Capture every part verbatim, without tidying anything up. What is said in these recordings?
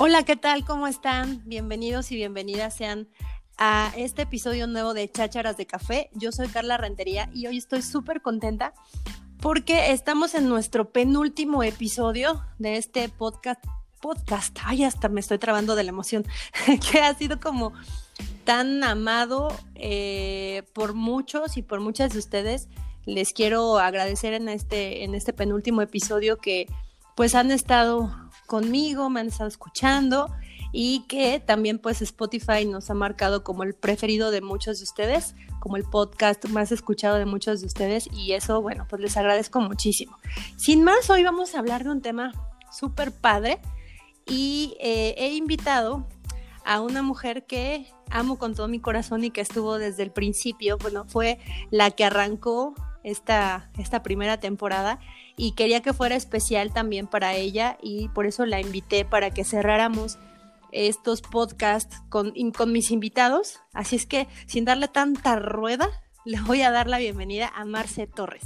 Hola, ¿qué tal? ¿Cómo están? Bienvenidos y bienvenidas sean a este episodio nuevo de Chácharas de Café. Yo soy Carla Rentería y hoy estoy súper contenta porque estamos en nuestro penúltimo episodio de este podcast. Podcast, ay, hasta me estoy trabando de la emoción, que ha sido como tan amado eh, por muchos y por muchas de ustedes. Les quiero agradecer en este, en este penúltimo episodio que pues han estado conmigo, me han estado escuchando y que también pues Spotify nos ha marcado como el preferido de muchos de ustedes, como el podcast más escuchado de muchos de ustedes, y eso, bueno, pues les agradezco muchísimo. Sin más, hoy vamos a hablar de un tema súper padre y eh, he invitado a una mujer que amo con todo mi corazón y que estuvo desde el principio. Bueno, fue la que arrancó esta, esta primera temporada y quería que fuera especial también para ella, y por eso la invité para que cerráramos estos podcasts con, con mis invitados. Así es que, sin darle tanta rueda, le voy a dar la bienvenida a Marce Torres.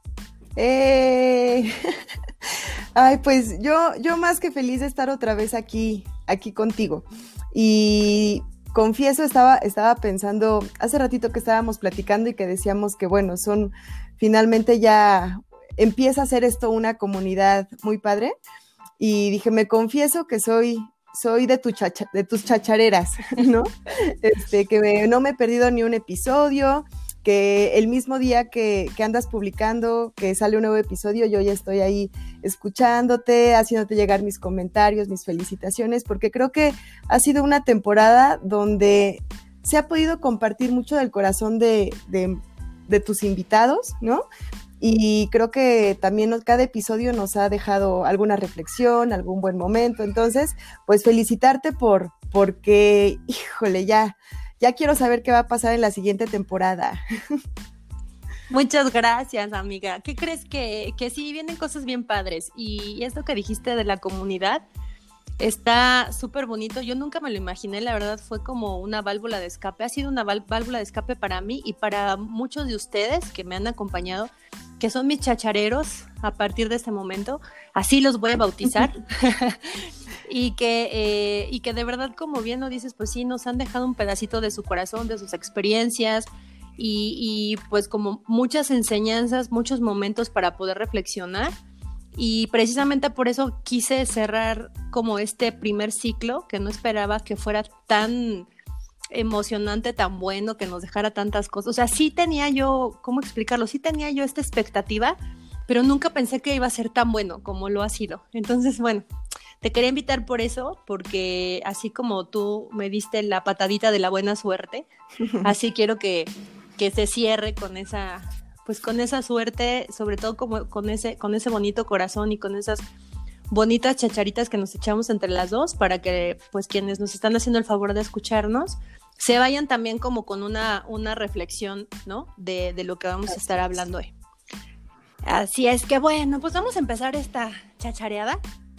¡Eh! Ay, pues yo, yo más que feliz de estar otra vez aquí, aquí contigo. Y confieso, estaba, estaba pensando, hace ratito que estábamos platicando y que decíamos que, bueno, son finalmente ya, empieza a ser esto una comunidad muy padre. Y dije, me confieso que soy, soy de, tu chacha, de tus chachareras, ¿no? Este, que me, no me he perdido ni un episodio, que el mismo día que, que andas publicando, que sale un nuevo episodio, yo ya estoy ahí escuchándote, haciéndote llegar mis comentarios, mis felicitaciones, porque creo que ha sido una temporada donde se ha podido compartir mucho del corazón de, de, de tus invitados, ¿no? Y creo que también cada episodio nos ha dejado alguna reflexión, algún buen momento. Entonces, pues felicitarte por, porque, híjole, ya... Ya quiero saber qué va a pasar en la siguiente temporada. Muchas gracias, amiga. ¿Qué crees? Que, que sí, vienen cosas bien padres. Y esto que dijiste de la comunidad está súper bonito. Yo nunca me lo imaginé, la verdad fue como una válvula de escape. Ha sido una val- válvula de escape para mí y para muchos de ustedes que me han acompañado, que son mis chachareros a partir de este momento. Así los voy a bautizar. Y que, eh, y que de verdad, como bien lo dices, pues sí, nos han dejado un pedacito de su corazón, de sus experiencias y, y pues como muchas enseñanzas, muchos momentos para poder reflexionar. Y precisamente por eso quise cerrar como este primer ciclo, que no esperaba que fuera tan emocionante, tan bueno, que nos dejara tantas cosas. O sea, sí tenía yo, ¿cómo explicarlo? Sí tenía yo esta expectativa, pero nunca pensé que iba a ser tan bueno como lo ha sido. Entonces, bueno, te quería invitar por eso, porque así como tú me diste la patadita de la buena suerte, así quiero que, que se cierre con esa, pues con esa suerte, sobre todo como, con, ese, con ese bonito corazón y con esas bonitas chacharitas que nos echamos entre las dos, para que pues quienes nos están haciendo el favor de escucharnos se vayan también como con una, una reflexión, ¿no? De, de lo que vamos a estar hablando hoy. Así es que bueno, pues vamos a empezar esta chachareada.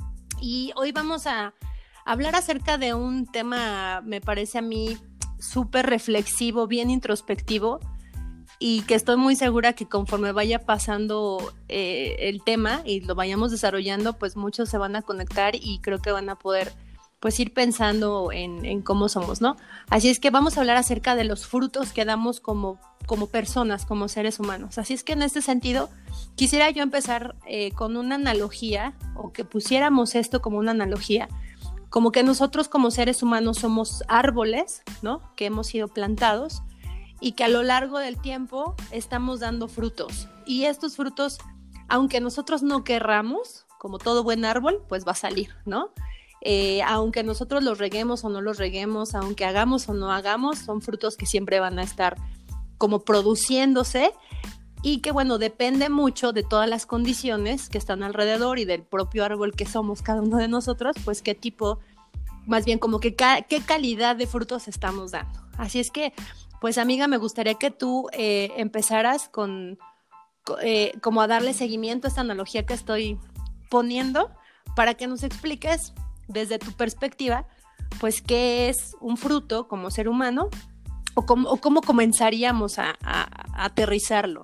Y hoy vamos a hablar acerca de un tema, me parece a mí, súper reflexivo, bien introspectivo, y que estoy muy segura que conforme vaya pasando eh, el tema y lo vayamos desarrollando, pues muchos se van a conectar y creo que van a poder pues ir pensando en, en cómo somos, ¿no? Así es que vamos a hablar acerca de los frutos que damos como, como personas, como seres humanos. Así es que en este sentido quisiera yo empezar eh, con una analogía, o que pusiéramos esto como una analogía, como que nosotros como seres humanos somos árboles, ¿no? Que hemos sido plantados y que a lo largo del tiempo estamos dando frutos. Y estos frutos, aunque nosotros no querramos, como todo buen árbol, pues va a salir, ¿no? Eh, aunque nosotros los reguemos o no los reguemos, aunque hagamos o no hagamos, son frutos que siempre van a estar como produciéndose, y que bueno, depende mucho de todas las condiciones que están alrededor y del propio árbol que somos cada uno de nosotros, pues qué tipo, más bien como que ca- qué calidad de frutos estamos dando. Así es que, pues amiga, me gustaría que tú eh, empezaras con, eh, como a darle seguimiento a esta analogía que estoy poniendo, para que nos expliques desde tu perspectiva, pues qué es un fruto como ser humano, o cómo, o cómo comenzaríamos a, a, a aterrizarlo.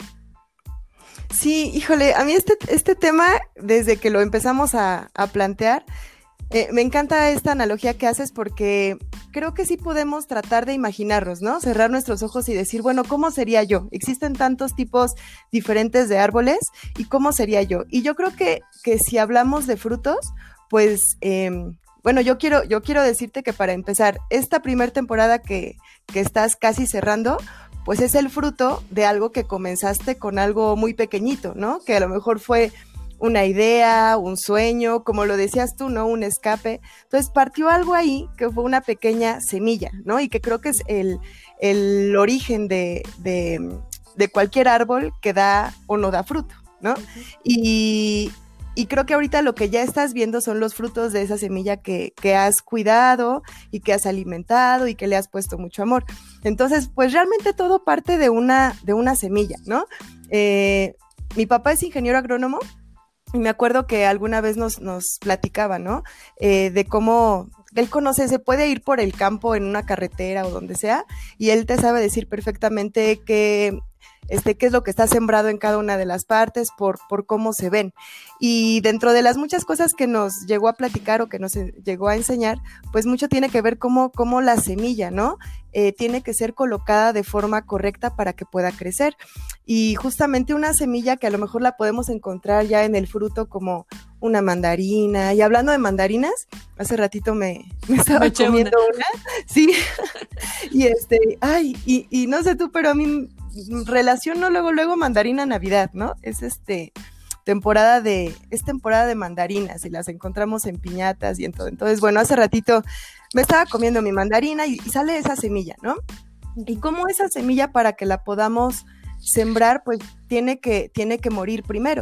Sí, híjole, a mí este, este tema, desde que lo empezamos a, a plantear, Eh, me encanta esta analogía que haces porque creo que sí podemos tratar de imaginarnos, ¿no? Cerrar nuestros ojos y decir, bueno, ¿cómo sería yo? Existen tantos tipos diferentes de árboles y ¿cómo sería yo? Y yo creo que, que si hablamos de frutos, pues, eh, bueno, yo quiero, yo quiero decirte que para empezar, esta primera temporada que, que estás casi cerrando, pues es el fruto de algo que comenzaste con algo muy pequeñito, ¿no? Que a lo mejor fue una idea, un sueño, como lo decías tú, ¿no? Un escape. Entonces partió algo ahí que fue una pequeña semilla, ¿no? Y que creo que es el, el origen de, de, de cualquier árbol que da o no da fruto, ¿no? Uh-huh. Y, y creo que ahorita lo que ya estás viendo son los frutos de esa semilla que, que has cuidado y que has alimentado y que le has puesto mucho amor. Entonces, pues realmente todo parte de una, de una semilla, ¿no? Eh, mi papá es ingeniero agrónomo. Y me acuerdo que alguna vez nos, nos platicaba, ¿no? Eh, de cómo él conoce, se puede ir por el campo en una carretera o donde sea, y él te sabe decir perfectamente que, este, qué es lo que está sembrado en cada una de las partes, por, por cómo se ven. Y dentro de las muchas cosas que nos llegó a platicar o que nos llegó a enseñar, pues mucho tiene que ver cómo, cómo la semilla, ¿no? Eh, tiene que ser colocada de forma correcta para que pueda crecer. Y justamente una semilla que a lo mejor la podemos encontrar ya en el fruto como una mandarina. Y hablando de mandarinas, hace ratito me, me estaba me comiendo una. una. Sí. Y este, ay, y, y no sé tú, pero a mí relaciono luego, luego mandarina Navidad, ¿no? Es este... temporada de, es temporada de mandarinas y las encontramos en piñatas y en todo. Entonces, bueno, hace ratito me estaba comiendo mi mandarina y, y sale esa semilla, ¿no? Y como esa semilla, para que la podamos sembrar, pues tiene que, tiene que morir primero.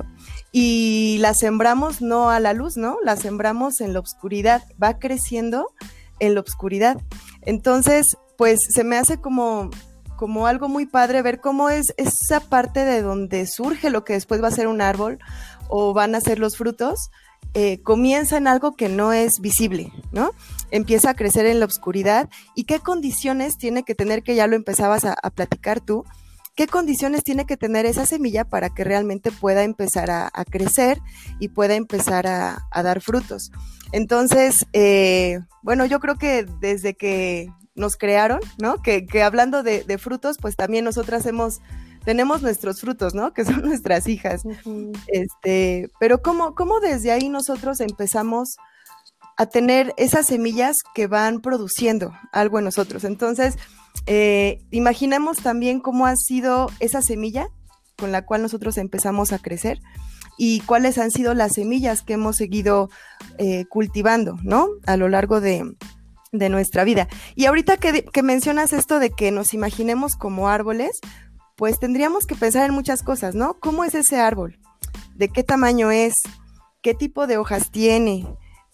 Y la sembramos no a la luz, ¿no? La sembramos en la oscuridad, va creciendo en la oscuridad. Entonces, pues se me hace como... como algo muy padre ver cómo es esa parte de donde surge lo que después va a ser un árbol o van a ser los frutos, eh, comienza en algo que no es visible, ¿no? Empieza a crecer en la oscuridad. ¿Y qué condiciones tiene que tener, que ya lo empezabas a, a platicar tú, qué condiciones tiene que tener esa semilla para que realmente pueda empezar a, a crecer y pueda empezar a, a dar frutos? Entonces, eh, bueno, yo creo que desde que nos crearon, ¿no? Que, que hablando de, de frutos, pues también nosotras hemos, tenemos nuestros frutos, ¿no? Que son nuestras hijas. Uh-huh. Este, pero ¿cómo, cómo desde ahí nosotros empezamos a tener esas semillas que van produciendo algo en nosotros? Entonces, eh, imaginemos también cómo ha sido esa semilla con la cual nosotros empezamos a crecer y cuáles han sido las semillas que hemos seguido eh, cultivando, ¿no? A lo largo de... de nuestra vida. Y ahorita que, que mencionas esto de que nos imaginemos como árboles, pues tendríamos que pensar en muchas cosas, ¿no? ¿Cómo es ese árbol? ¿De qué tamaño es? ¿Qué tipo de hojas tiene?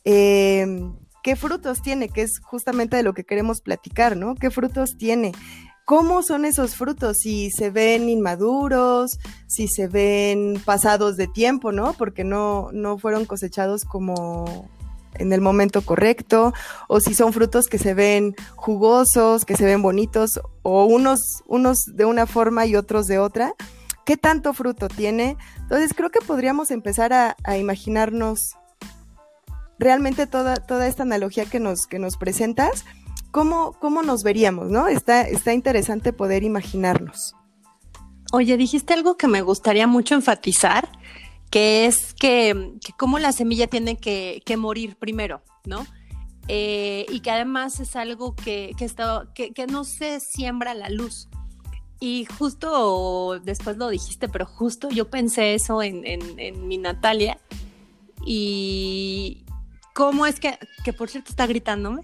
Eh, ¿Qué frutos tiene? Que es justamente de lo que queremos platicar, ¿no? ¿Qué frutos tiene? ¿Cómo son esos frutos? Si se ven inmaduros, si se ven pasados de tiempo, ¿no? Porque no, no fueron cosechados como... en el momento correcto, o si son frutos que se ven jugosos, que se ven bonitos, o unos, unos de una forma y otros de otra. ¿Qué tanto fruto tiene? Entonces creo que podríamos empezar a, a imaginarnos realmente toda, toda esta analogía que nos, que nos presentas, ¿cómo, cómo nos veríamos, ¿no? Está, está interesante poder imaginarnos. Oye, dijiste algo que me gustaría mucho enfatizar, que es que, que cómo la semilla tiene que, que morir primero, ¿no? Eh, y que además es algo que, que, está, que, que no se siembra a la luz. Y justo después lo dijiste, pero justo yo pensé eso en, en, en mi Natalia. Y cómo es que, que por cierto está gritándome,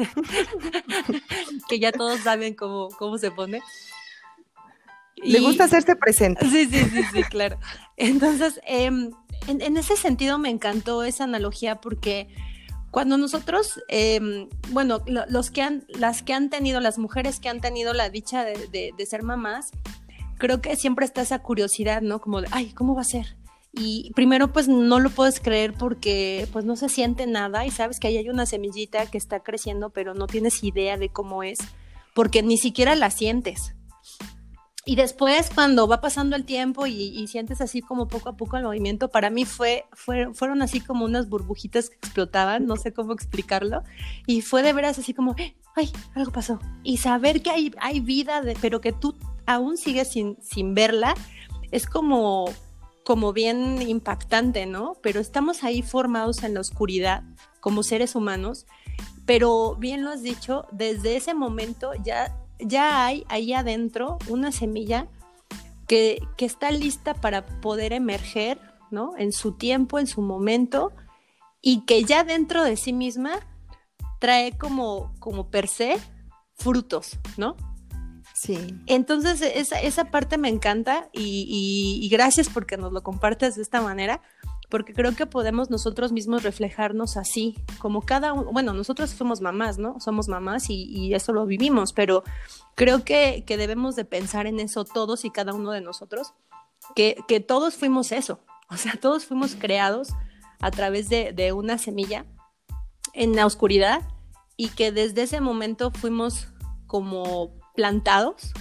que ya todos saben cómo, cómo se pone. Le gusta hacerse presente. Sí, sí, sí, sí, claro. Entonces, eh, en, en ese sentido me encantó esa analogía porque cuando nosotros, eh, bueno, lo, los que han, las que han tenido, las mujeres que han tenido la dicha de, de, de ser mamás, creo que siempre está esa curiosidad, ¿no? Como de, ay, ¿cómo va a ser? Y primero, pues, no lo puedes creer porque, pues, no se siente nada y sabes que ahí hay una semillita que está creciendo, pero no tienes idea de cómo es, porque ni siquiera la sientes. y después cuando va pasando el tiempo y, y sientes así como poco a poco el movimiento, para mí fue, fue, fueron así como unas burbujitas que explotaban, no sé cómo explicarlo, y fue de veras así como, ay, algo pasó, y saber que hay, hay vida, de, pero que tú aún sigues sin, sin verla, es como, como bien impactante, ¿no? Pero estamos ahí formados en la oscuridad como seres humanos, pero bien lo has dicho, desde ese momento ya, ya hay ahí adentro una semilla que, que está lista para poder emerger, ¿no? En su tiempo, en su momento, y que ya dentro de sí misma trae como, como per se frutos, ¿no? Sí. Entonces esa, esa parte me encanta y, y, y gracias porque nos lo compartes de esta manera, porque creo que podemos nosotros mismos reflejarnos así, como cada uno, bueno, nosotros somos mamás, ¿no? Somos mamás y, y eso lo vivimos, pero creo que, que debemos de pensar en eso todos y cada uno de nosotros, que, que todos fuimos eso, o sea, todos fuimos creados a través de, de una semilla en la oscuridad y que desde ese momento fuimos como plantados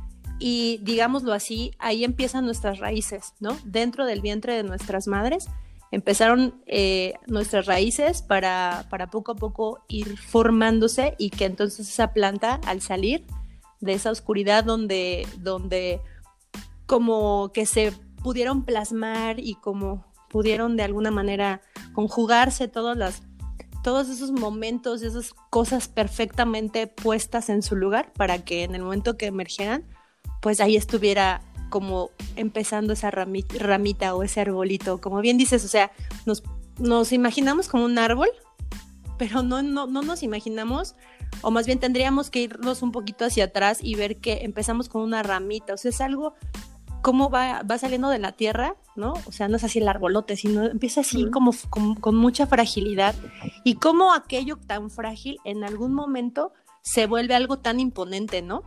y digámoslo así, ahí empiezan nuestras raíces, ¿no? Dentro del vientre de nuestras madres empezaron eh, nuestras raíces para, para poco a poco ir formándose y que entonces esa planta al salir de esa oscuridad donde, donde como que se pudieron plasmar y como pudieron de alguna manera conjugarse todas las todos esos momentos, esas cosas perfectamente puestas en su lugar para que en el momento que emergieran, pues ahí estuviera como empezando esa ramita, ramita o ese arbolito. Como bien dices, o sea, nos, nos imaginamos como un árbol, pero no, no, no nos imaginamos, o más bien tendríamos que irnos un poquito hacia atrás y ver que empezamos con una ramita. O sea, es algo cómo va, va saliendo de la tierra, ¿no? O sea, no es así el arbolote, sino empieza así como con, con mucha fragilidad. Y cómo aquello tan frágil en algún momento se vuelve algo tan imponente, ¿no?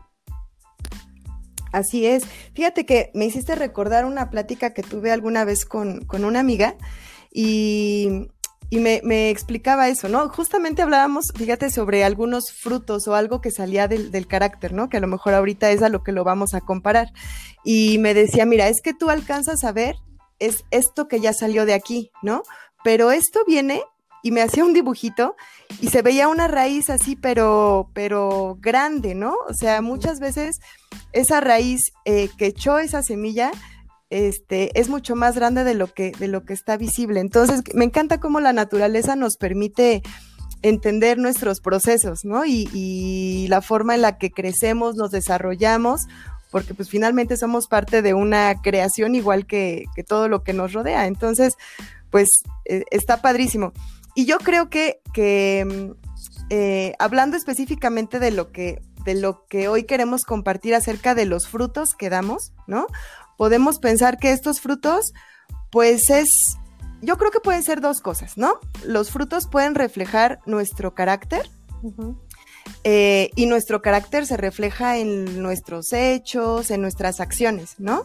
Así es. Fíjate que me hiciste recordar una plática que tuve alguna vez con, con una amiga y... Y me, me explicaba eso, ¿no? Justamente hablábamos, fíjate, sobre algunos frutos o algo que salía del, del carácter, ¿no? Que a lo mejor ahorita es a lo que lo vamos a comparar. Y me decía, mira, es que tú alcanzas a ver, es esto que ya salió de aquí, ¿no? Pero esto viene, y me hacía un dibujito, y se veía una raíz así, pero, pero grande, ¿no? O sea, muchas veces esa raíz eh, que echó esa semilla, Este, es mucho más grande de lo que, de lo que está visible. Entonces, me encanta cómo la naturaleza nos permite entender nuestros procesos, ¿no? Y, y la forma en la que crecemos, nos desarrollamos, porque pues finalmente somos parte de una creación igual que, que todo lo que nos rodea. Entonces, pues eh, está padrísimo. Y yo creo que, que eh, hablando específicamente de lo que, de lo que hoy queremos compartir acerca de los frutos que damos, ¿no? Podemos pensar que estos frutos, pues es, yo creo que pueden ser dos cosas, ¿no? Los frutos pueden reflejar nuestro carácter, uh-huh. eh, y nuestro carácter se refleja en nuestros hechos, en nuestras acciones, ¿no?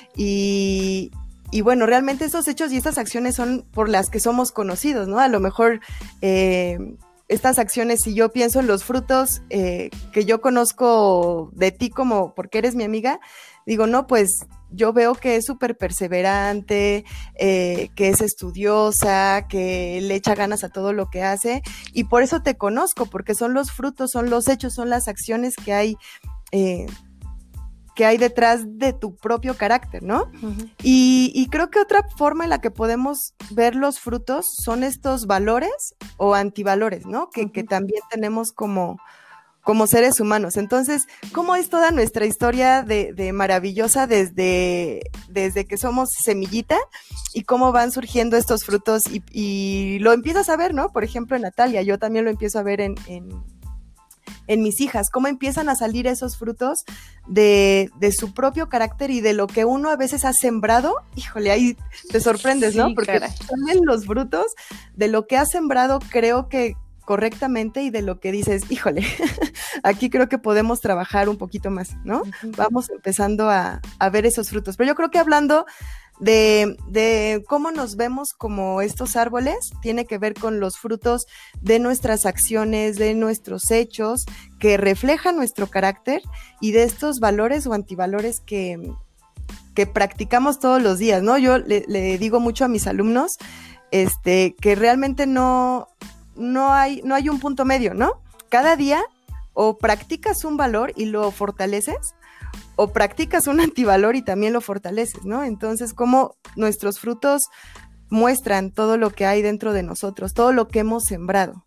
Y, y bueno, realmente esos hechos y estas acciones son por las que somos conocidos, ¿no? A lo mejor eh, estas acciones, si yo pienso en los frutos eh, que yo conozco de ti como porque eres mi amiga, digo, no, pues yo veo que es súper perseverante, eh, que es estudiosa, que le echa ganas a todo lo que hace, y por eso te conozco, porque son los frutos, son los hechos, son las acciones que hay, eh, que hay detrás de tu propio carácter, ¿no? Uh-huh. Y, y creo que otra forma en la que podemos ver los frutos son estos valores o antivalores, ¿no? Que, uh-huh. que también tenemos como... como seres humanos. Entonces, ¿cómo es toda nuestra historia de, de maravillosa desde, desde que somos semillita y cómo van surgiendo estos frutos? Y, y lo empiezas a ver, ¿no? Por ejemplo, en Natalia, yo también lo empiezo a ver en, en, en mis hijas, cómo empiezan a salir esos frutos de, de su propio carácter y de lo que uno a veces ha sembrado. Híjole, ahí te sorprendes, sí, ¿no? Porque salen los frutos de lo que has sembrado, creo que correctamente, y de lo que dices, híjole, aquí creo que podemos trabajar un poquito más, ¿no? Uh-huh. Vamos empezando a, a ver esos frutos. Pero yo creo que hablando de, de cómo nos vemos como estos árboles, tiene que ver con los frutos de nuestras acciones, de nuestros hechos, que reflejan nuestro carácter y de estos valores o antivalores que, que practicamos todos los días, ¿no? Yo le, le digo mucho a mis alumnos este, que realmente no, no, hay, no hay un punto medio, ¿no? Cada día o practicas un valor y lo fortaleces, o practicas un antivalor y también lo fortaleces, ¿no? Entonces, cómo nuestros frutos muestran todo lo que hay dentro de nosotros, todo lo que hemos sembrado.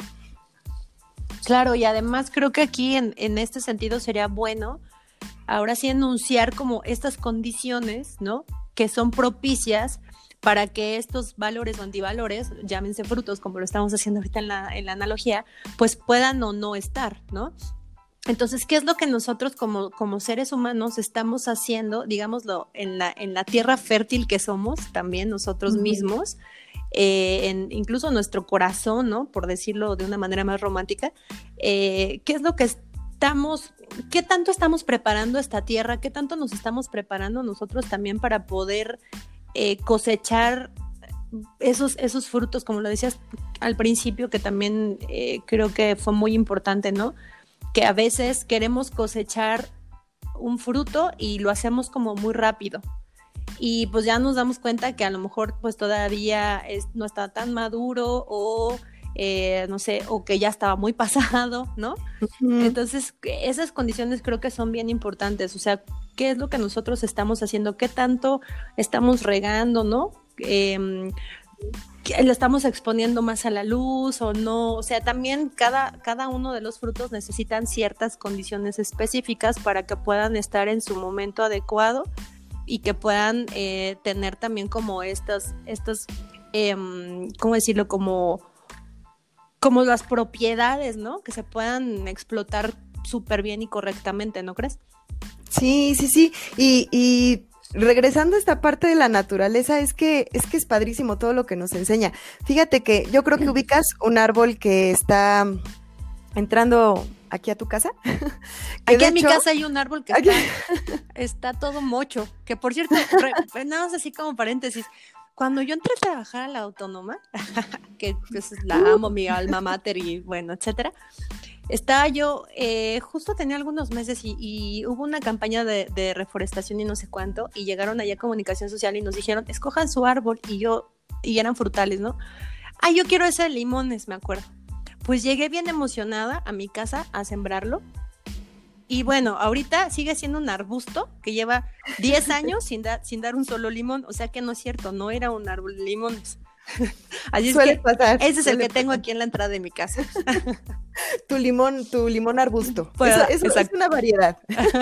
Claro, y además creo que aquí en, en este sentido sería bueno ahora sí enunciar como estas condiciones, ¿no? Que son propicias para que estos valores o antivalores, llámense frutos, como lo estamos haciendo ahorita en la, en la analogía, pues puedan o no estar, ¿no? Entonces, ¿qué es lo que nosotros como, como seres humanos estamos haciendo, digámoslo, en la, en la tierra fértil que somos, también nosotros uh-huh. mismos, eh, en incluso nuestro corazón, ¿no? Por decirlo de una manera más romántica, eh, ¿qué es lo que estamos, qué tanto estamos preparando esta tierra, qué tanto nos estamos preparando nosotros también para poder eh, cosechar esos, esos frutos, como lo decías al principio, que también eh, creo que fue muy importante, ¿no? Que a veces queremos cosechar un fruto y lo hacemos como muy rápido y pues ya nos damos cuenta que a lo mejor pues todavía es, no está tan maduro o eh, no sé, o que ya estaba muy pasado, ¿no? Uh-huh. Entonces esas condiciones creo que son bien importantes, o sea, ¿qué es lo que nosotros estamos haciendo? ¿Qué tanto estamos regando, no? Eh, lo estamos exponiendo más a la luz o no, o sea, también cada, cada uno de los frutos necesitan ciertas condiciones específicas para que puedan estar en su momento adecuado y que puedan eh, tener también como estas, estas eh, ¿cómo decirlo? Como, como las propiedades, ¿no? Que se puedan explotar súper bien y correctamente, ¿no crees? Sí, sí, sí, y... y... regresando a esta parte de la naturaleza, es que, es que es padrísimo todo lo que nos enseña. Fíjate que yo creo que ubicas un árbol que está entrando aquí a tu casa. Aquí en hecho, mi casa hay un árbol que está, está todo mocho, que por cierto, re, nada más así como paréntesis, cuando yo entré a trabajar a la autónoma, que pues, la amo, mi alma mater y bueno, etcétera, estaba yo, eh, justo tenía algunos meses y, y hubo una campaña de, de reforestación y no sé cuánto, y llegaron allá a Comunicación Social y nos dijeron, escojan su árbol, y yo, y eran frutales, ¿no? Ay, yo quiero ese de limones, me acuerdo. Pues llegué bien emocionada a mi casa a sembrarlo, y bueno, ahorita sigue siendo un arbusto que lleva diez años sin, da, sin dar un solo limón, o sea que no es cierto, no era un árbol de limones. Así es suele que pasar, ese es el que pasar. tengo aquí en la entrada de mi casa. Tu limón, tu limón arbusto. Pues, eso, eso es una variedad.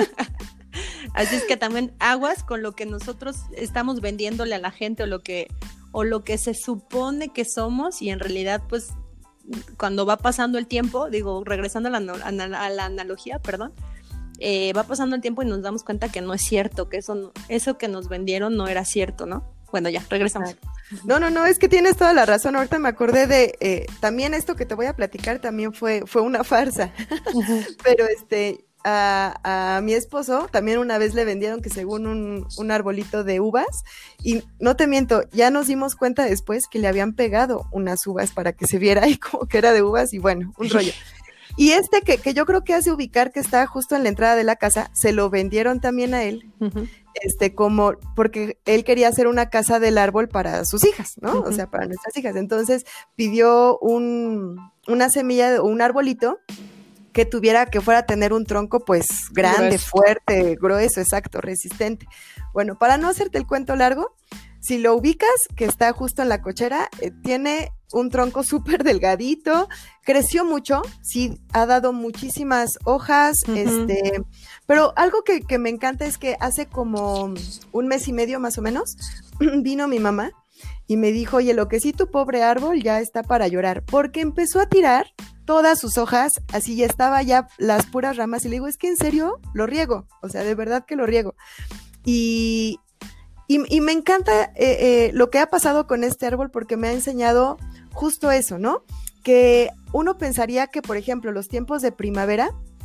Así es que también aguas con lo que nosotros estamos vendiéndole a la gente o lo que, o lo que se supone que somos, y en realidad pues cuando va pasando el tiempo, digo, regresando a la, a la analogía, perdón, eh, va pasando el tiempo y nos damos cuenta que no es cierto, que eso, eso que nos vendieron no era cierto, ¿no? Bueno, ya, regresamos. No, no, no, es que tienes toda la razón. Ahorita me acordé de, eh, también esto que te voy a platicar también fue, fue una farsa. Uh-huh. Pero este, a, a mi esposo también una vez le vendieron que según un, un arbolito de uvas, y no te miento, ya nos dimos cuenta después que le habían pegado unas uvas para que se viera ahí como que era de uvas y bueno, un rollo. Y este que, que yo creo que hace ubicar que está justo en la entrada de la casa, se lo vendieron también a él, uh-huh. este, como, porque él quería hacer una casa del árbol para sus hijas, ¿no? Uh-huh. O sea, para nuestras hijas. Entonces pidió un, una semilla, un arbolito que tuviera, que fuera a tener un tronco pues grande, grueso. fuerte, grueso, exacto, resistente. Bueno, para no hacerte el cuento largo, si lo ubicas, que está justo en la cochera, eh, tiene un tronco súper delgadito, creció mucho, sí, ha dado muchísimas hojas, uh-huh. este, pero algo que, que me encanta es que hace como un mes y medio más o menos, vino mi mamá y me dijo, oye, lo que sí, tu pobre árbol ya está para llorar, porque empezó a tirar todas sus hojas, así ya estaba ya las puras ramas, y le digo, es que en serio lo riego, o sea, de verdad que lo riego, y... Y, y me encanta eh, eh, lo que ha pasado con este árbol porque me ha enseñado justo eso, ¿no? Que uno pensaría que, por ejemplo, los tiempos de primavera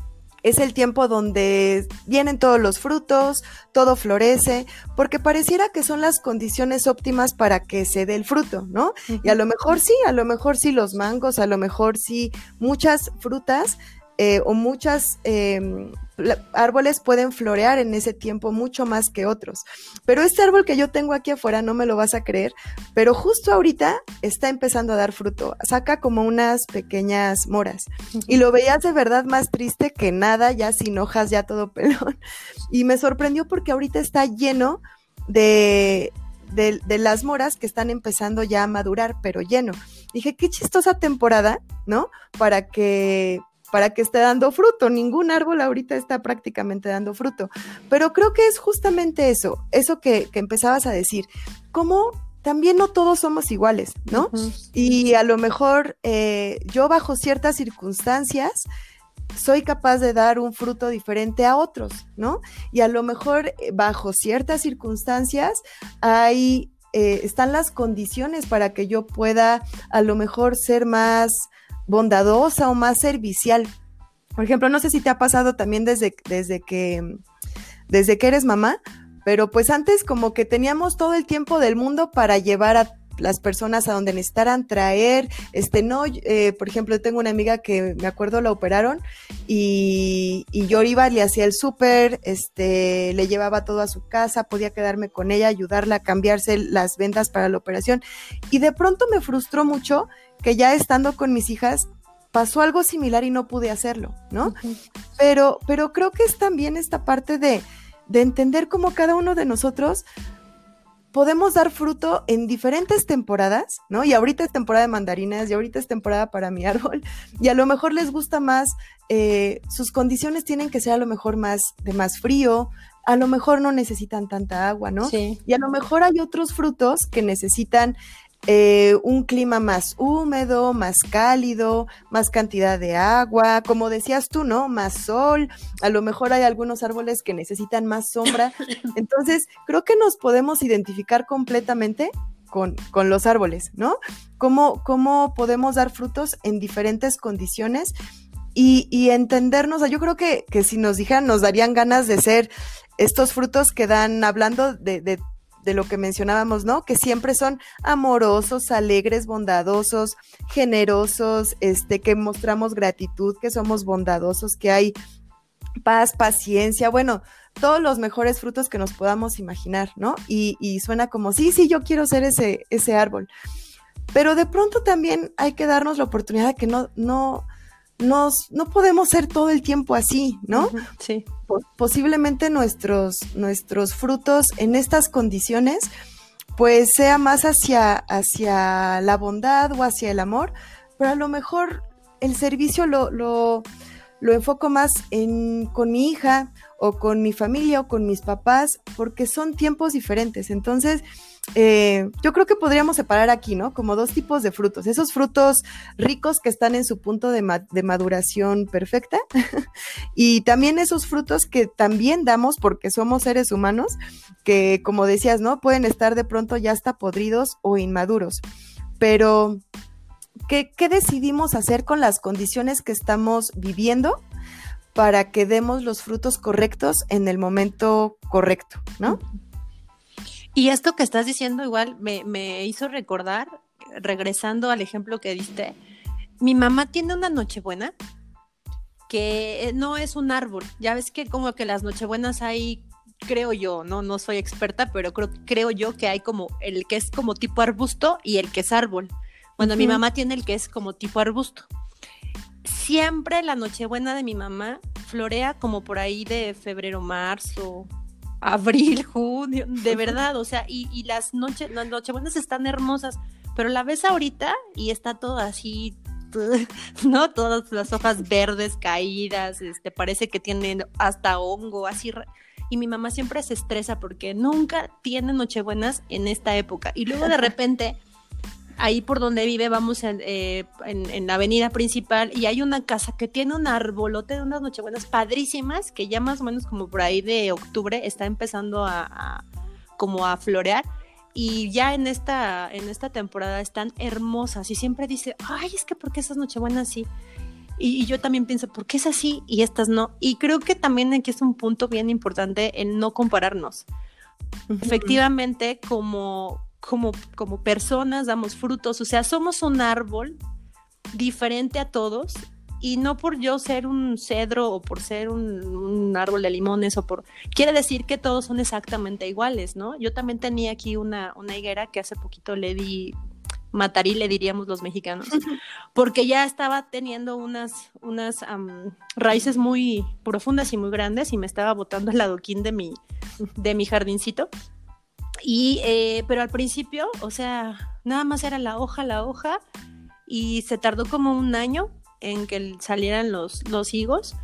es el tiempo donde vienen todos los frutos, todo florece, porque pareciera que son las condiciones óptimas para que se dé el fruto, ¿no? Uh-huh. Y a lo mejor sí, a lo mejor sí los mangos, a lo mejor sí muchas frutas eh, o muchas eh, árboles pueden florear en ese tiempo mucho más que otros. Pero este árbol que yo tengo aquí afuera, no me lo vas a creer, pero justo ahorita está empezando a dar fruto, saca como unas pequeñas moras. Uh-huh. Y lo veías de verdad más triste que nada, ya sin hojas, ya todo pelón. Y me sorprendió porque ahorita está lleno de, de, de las moras que están empezando ya a madurar, pero lleno. Dije, qué chistosa temporada, ¿no? Para que... para que esté dando fruto, ningún árbol ahorita está prácticamente dando fruto, pero creo que es justamente eso, eso que, que empezabas a decir, cómo también no todos somos iguales, ¿no? Uh-huh. Y a lo mejor eh, yo bajo ciertas circunstancias soy capaz de dar un fruto diferente a otros, ¿no? Y a lo mejor bajo ciertas circunstancias hay, eh, están las condiciones para que yo pueda a lo mejor ser más bondadosa o más servicial. Por ejemplo, no sé si te ha pasado también desde, desde que desde que eres mamá, pero pues antes como que teníamos todo el tiempo del mundo para llevar a las personas a donde necesitaran, traer, este, no, eh, por ejemplo, tengo una amiga que me acuerdo la operaron y, y yo iba, le hacía el súper, este, le llevaba todo a su casa, podía quedarme con ella, ayudarla a cambiarse las vendas para la operación, y de pronto me frustró mucho que ya estando con mis hijas pasó algo similar y no pude hacerlo, ¿no? Uh-huh. Pero, pero creo que es también esta parte de, de entender cómo cada uno de nosotros podemos dar fruto en diferentes temporadas, ¿no? Y ahorita es temporada de mandarinas, y ahorita es temporada para mi árbol, y a lo mejor les gusta más, eh, sus condiciones tienen que ser a lo mejor más de más frío, a lo mejor no necesitan tanta agua, ¿no? Sí. Y a lo mejor hay otros frutos que necesitan Eh, un clima más húmedo, más cálido, más cantidad de agua, como decías tú, ¿no? Más sol, a lo mejor hay algunos árboles que necesitan más sombra. Entonces, creo que nos podemos identificar completamente con, con los árboles, ¿no? Cómo, cómo podemos dar frutos en diferentes condiciones y, y entendernos. Yo creo que, que si nos dijeran, nos darían ganas de ser estos frutos que dan, hablando de, de de lo que mencionábamos, ¿no? Que siempre son amorosos, alegres, bondadosos, generosos, este, que mostramos gratitud, que somos bondadosos, que hay paz, paciencia, bueno, todos los mejores frutos que nos podamos imaginar, ¿no? Y, y suena como, sí, sí, yo quiero ser ese, ese árbol. Pero de pronto también hay que darnos la oportunidad de que no, no, nos, no podemos ser todo el tiempo así, ¿no? Uh-huh, sí. Posiblemente nuestros, nuestros frutos en estas condiciones, pues sea más hacia, hacia la bondad o hacia el amor, pero a lo mejor el servicio lo, lo, lo enfoco más en, con mi hija o con mi familia o con mis papás, porque son tiempos diferentes. Entonces, eh, yo creo que podríamos separar aquí, ¿no? Como dos tipos de frutos. Esos frutos ricos que están en su punto de, ma- de maduración perfecta y también esos frutos que también damos porque somos seres humanos, que como decías, ¿no? Pueden estar de pronto ya hasta podridos o inmaduros. Pero, ¿qué, qué decidimos hacer con las condiciones que estamos viviendo para que demos los frutos correctos en el momento correcto, ¿no? Y esto que estás diciendo igual me, me hizo recordar, regresando al ejemplo que diste, mi mamá tiene una nochebuena que no es un árbol. Ya ves que como que las nochebuenas hay, creo yo, no, no soy experta, pero creo, creo yo que hay como el que es como tipo arbusto y el que es árbol. Bueno, uh-huh. Mi mamá tiene el que es como tipo arbusto. Siempre la nochebuena de mi mamá florea como por ahí de febrero, marzo, abril, junio, de verdad, o sea, y, y las noches, las nochebuenas están hermosas, pero la ves ahorita y está todo así, ¿no? Todas las hojas verdes caídas, este, parece que tienen hasta hongo, así, y mi mamá siempre se estresa porque nunca tiene nochebuenas en esta época, y luego de repente ahí por donde vive vamos en, eh, en, en la avenida principal y hay una casa que tiene un arbolote de unas nochebuenas padrísimas que ya más o menos como por ahí de octubre está empezando a, a como a florear y ya en esta, en esta temporada están hermosas y siempre dice, ay, es que ¿por qué esas nochebuenas sí? Y, y yo también pienso, ¿por qué es así y estas no? Y creo que también aquí es un punto bien importante el no compararnos. Uh-huh. Efectivamente, como, como, como personas damos frutos, o sea, somos un árbol diferente a todos, y no por yo ser un cedro o por ser un, un árbol de limones o por... Quiere decir que todos son exactamente iguales, ¿no? Yo también tenía aquí una, una higuera que hace poquito le di matarí, le diríamos los mexicanos, porque ya estaba teniendo unas, unas um, raíces muy profundas y muy grandes y me estaba botando el adoquín de mi, de mi jardincito. Y, eh, pero al principio, o sea, nada más era la hoja, la hoja, y se tardó como un año en que salieran los, los higos,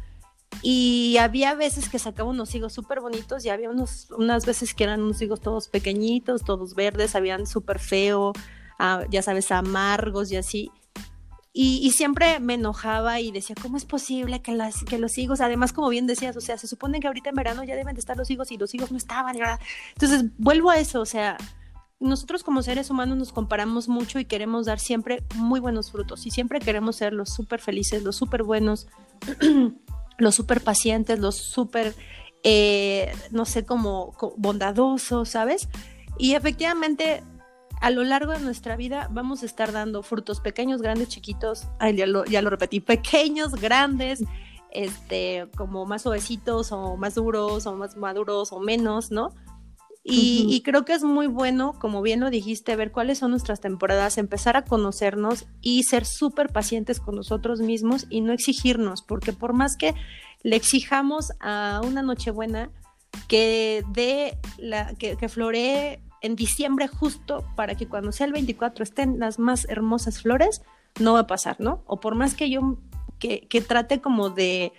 y había veces que sacaba unos higos súper bonitos y había unos, unas veces que eran unos higos todos pequeñitos, todos verdes, habían súper feo, uh, ya sabes, amargos y así. Y, y siempre me enojaba y decía, ¿cómo es posible que, las, que los higos, además, como bien decías, o sea, se supone que ahorita en verano ya deben de estar los higos y los higos no estaban, ¿verdad? Entonces, vuelvo a eso, o sea, nosotros como seres humanos nos comparamos mucho y queremos dar siempre muy buenos frutos y siempre queremos ser los súper felices, los súper buenos, los súper pacientes, los súper, eh, no sé, como, como bondadosos, ¿sabes? Y efectivamente, a lo largo de nuestra vida vamos a estar dando frutos pequeños, grandes, chiquitos, ay, ya lo, ya lo repetí, pequeños, grandes, este, como más suavecitos o más duros o más maduros o menos, ¿no? Y, uh-huh. y creo que es muy bueno, como bien lo dijiste, ver cuáles son nuestras temporadas, empezar a conocernos y ser súper pacientes con nosotros mismos y no exigirnos, porque por más que le exijamos a una Nochebuena que dé la, que, que floree en diciembre justo para que cuando sea el veinticuatro estén las más hermosas flores, no va a pasar, ¿no? O por más que yo que, que trate como de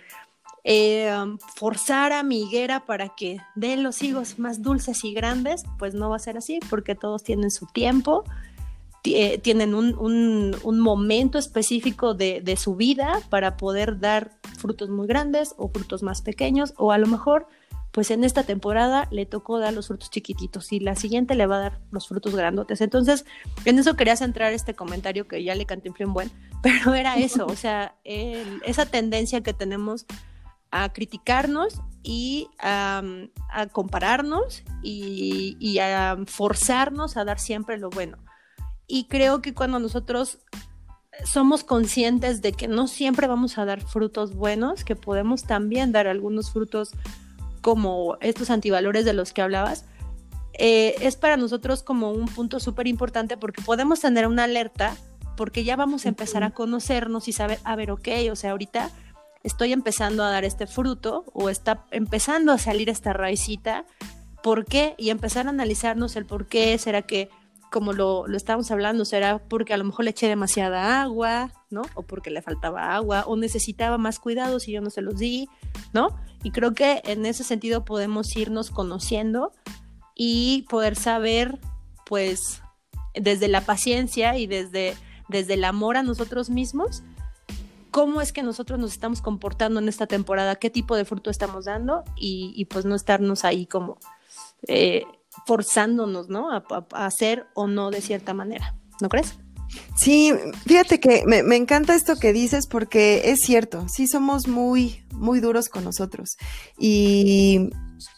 Eh, forzar a mi higuera para que dé los higos más dulces y grandes, pues no va a ser así, porque todos tienen su tiempo, t- tienen un, un, un momento específico de, de su vida para poder dar frutos muy grandes o frutos más pequeños, o a lo mejor pues en esta temporada le tocó dar los frutos chiquititos y la siguiente le va a dar los frutos grandotes. Entonces en eso quería centrar este comentario que ya le cantinflé un buen, pero era eso, o sea, el, esa tendencia que tenemos a criticarnos y um, a compararnos y, y a forzarnos a dar siempre lo bueno. Y creo que cuando nosotros somos conscientes de que no siempre vamos a dar frutos buenos, que podemos también dar algunos frutos como estos antivalores de los que hablabas, eh, es para nosotros como un punto súper importante, porque podemos tener una alerta, porque ya vamos a empezar a conocernos y saber, a ver, ok, o sea, ahorita estoy empezando a dar este fruto o está empezando a salir esta raicita, ¿por qué? Y empezar a analizarnos el por qué. ¿Será que, como lo, lo estábamos hablando, será porque a lo mejor le eché demasiada agua, ¿no? O porque le faltaba agua, o necesitaba más cuidados y yo no se los di, ¿no? Y creo que en ese sentido podemos irnos conociendo y poder saber, pues, desde la paciencia y desde, desde el amor a nosotros mismos, cómo es que nosotros nos estamos comportando en esta temporada, qué tipo de fruto estamos dando y, y pues no estarnos ahí como eh, forzándonos, ¿no? A, a, a hacer o no de cierta manera, ¿no crees? Sí, fíjate que me, me encanta esto que dices porque es cierto, sí somos muy, muy duros con nosotros y,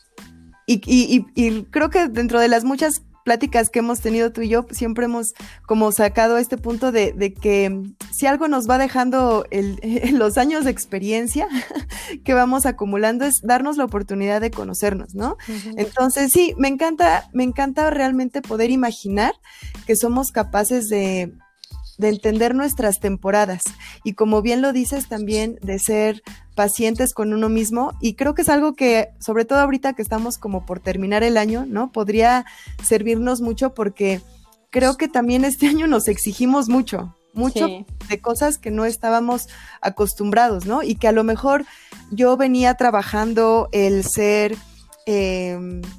y, y, y, y creo que dentro de las muchas pláticas que hemos tenido tú y yo, siempre hemos como sacado este punto de, de que si algo nos va dejando el, los años de experiencia que vamos acumulando es darnos la oportunidad de conocernos, ¿no? Uh-huh. Entonces sí, me encanta, me encanta realmente poder imaginar que somos capaces de, de entender nuestras temporadas y, como bien lo dices, también de ser pacientes con uno mismo, y creo que es algo que, sobre todo ahorita que estamos como por terminar el año, ¿no? Podría servirnos mucho, porque creo que también este año nos exigimos mucho, mucho sí. de cosas que no estábamos acostumbrados, ¿no? Y que a lo mejor yo venía trabajando el ser, eh,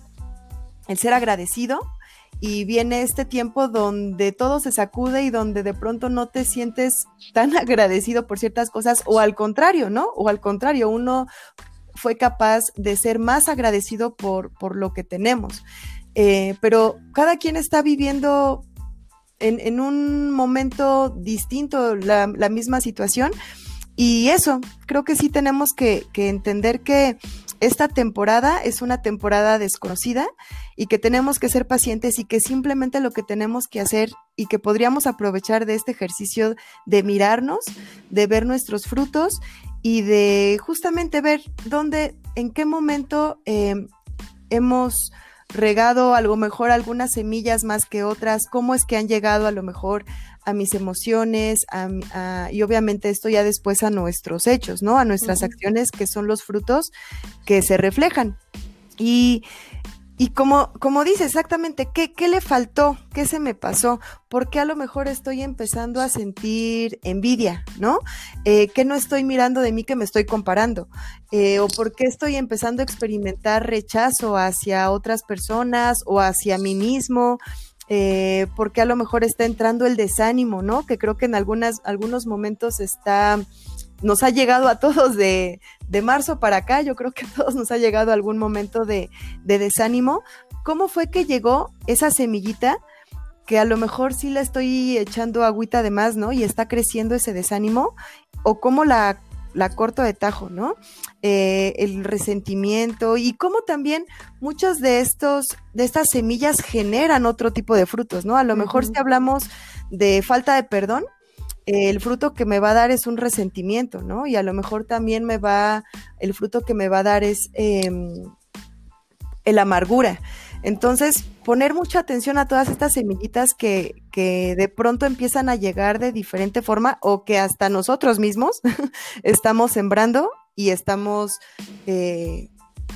el ser agradecido, y viene este tiempo donde todo se sacude y donde de pronto no te sientes tan agradecido por ciertas cosas, o al contrario, ¿no? O al contrario, uno fue capaz de ser más agradecido por, por lo que tenemos. Eh, pero cada quien está viviendo en, en un momento distinto la, la misma situación, y eso, creo que sí tenemos que, que entender que esta temporada es una temporada desconocida y que tenemos que ser pacientes y que simplemente lo que tenemos que hacer y que podríamos aprovechar de este ejercicio de mirarnos, de ver nuestros frutos y de justamente ver dónde, en qué momento eh, hemos regado a lo mejor algunas semillas más que otras, cómo es que han llegado a lo mejor a mis emociones, a, a, y obviamente esto ya después a nuestros hechos, ¿no? A nuestras uh-huh. acciones, que son los frutos que se reflejan. Y, y como, como dice exactamente, ¿qué, ¿qué le faltó? ¿Qué se me pasó? ¿Por qué a lo mejor estoy empezando a sentir envidia, ¿no? Eh, ¿Qué no estoy mirando de mí que me estoy comparando? Eh, ¿O por qué estoy empezando a experimentar rechazo hacia otras personas o hacia mí mismo? Eh, porque a lo mejor está entrando el desánimo, ¿no? Que creo que en algunas, algunos momentos está, nos ha llegado a todos de, de marzo para acá, yo creo que a todos nos ha llegado algún momento de, de desánimo. ¿Cómo fue que llegó esa semillita que a lo mejor sí la estoy echando agüita de más, ¿no? Y está creciendo ese desánimo, o cómo la la corto de tajo, ¿no? Eh, el resentimiento y cómo también muchos de estos, de estas semillas generan otro tipo de frutos, ¿no? A lo mejor uh-huh. si hablamos de falta de perdón, eh, el fruto que me va a dar es un resentimiento, ¿no? Y a lo mejor también me va, el fruto que me va a dar es eh, el amargura. Entonces, poner mucha atención a todas estas semillitas que, que de pronto empiezan a llegar de diferente forma o que hasta nosotros mismos estamos sembrando y estamos eh,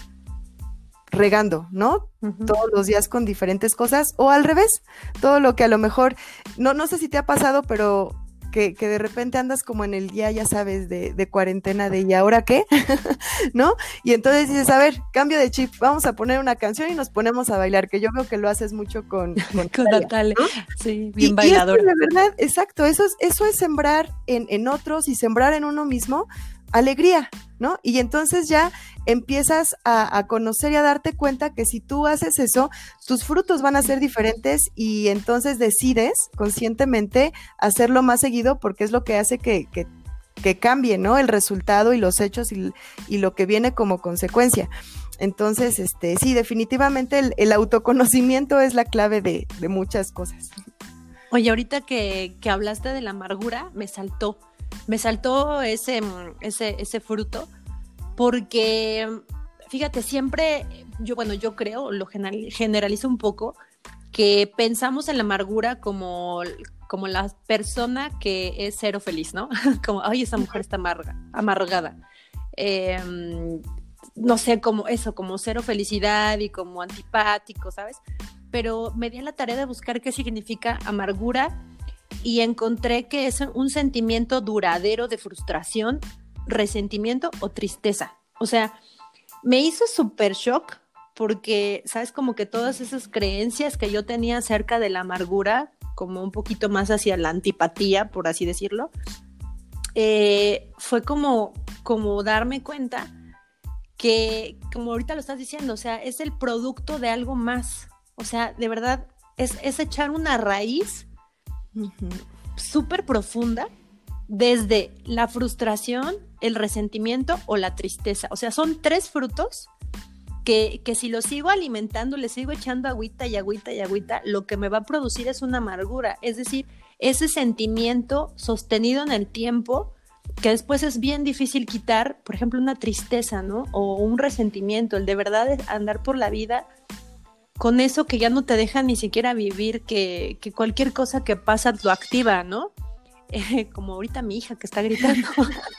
regando, ¿no? Uh-huh. Todos los días con diferentes cosas, o al revés, todo lo que a lo mejor, no, no sé si te ha pasado, pero que, que de repente andas como en el día, ya sabes, de, de cuarentena, de ¿y ahora qué? ¿No? Y entonces dices, a ver, cambio de chip, vamos a poner una canción y nos ponemos a bailar, que yo creo que lo haces mucho con, con, con Natalia, ¿no? Sí, bien y, bailador. Y es que de verdad, exacto, eso es, eso es sembrar en, en otros y sembrar en uno mismo alegría, ¿no? Y entonces ya empiezas a, a conocer y a darte cuenta que si tú haces eso, tus frutos van a ser diferentes y entonces decides conscientemente hacerlo más seguido porque es lo que hace que, que, que cambie, ¿no? El resultado y los hechos y, y lo que viene como consecuencia. Entonces, este, sí, definitivamente el, el autoconocimiento es la clave de, de muchas cosas. Oye, ahorita que, que hablaste de la amargura, me saltó. Me saltó ese, ese, ese fruto, porque fíjate, siempre, yo, bueno, yo creo, lo generalizo un poco, que pensamos en la amargura como, como la persona que es cero feliz, ¿no? Como, ay, esa mujer está amarga, amargada. Eh, no sé, como eso, como cero felicidad y como antipático, ¿sabes? Pero me di a la tarea de buscar qué significa amargura y encontré que es un sentimiento duradero de frustración, resentimiento o tristeza. O sea, me hizo súper shock porque, ¿sabes? Como que todas esas creencias que yo tenía acerca de la amargura, como un poquito más hacia la antipatía, por así decirlo, eh, fue como, como darme cuenta que, como ahorita lo estás diciendo, o sea, es el producto de algo más. O sea, de verdad, es, es echar una raíz Uh-huh. súper profunda desde la frustración, el resentimiento o la tristeza. O sea, son tres frutos que, que si los sigo alimentando, le sigo echando agüita y agüita y agüita, lo que me va a producir es una amargura. Es decir, ese sentimiento sostenido en el tiempo que después es bien difícil quitar, por ejemplo, una tristeza, ¿no? O un resentimiento, el de verdad andar por la vida con eso que ya no te deja ni siquiera vivir, que, que cualquier cosa que pasa lo activa, ¿no? Eh, como ahorita mi hija que está gritando.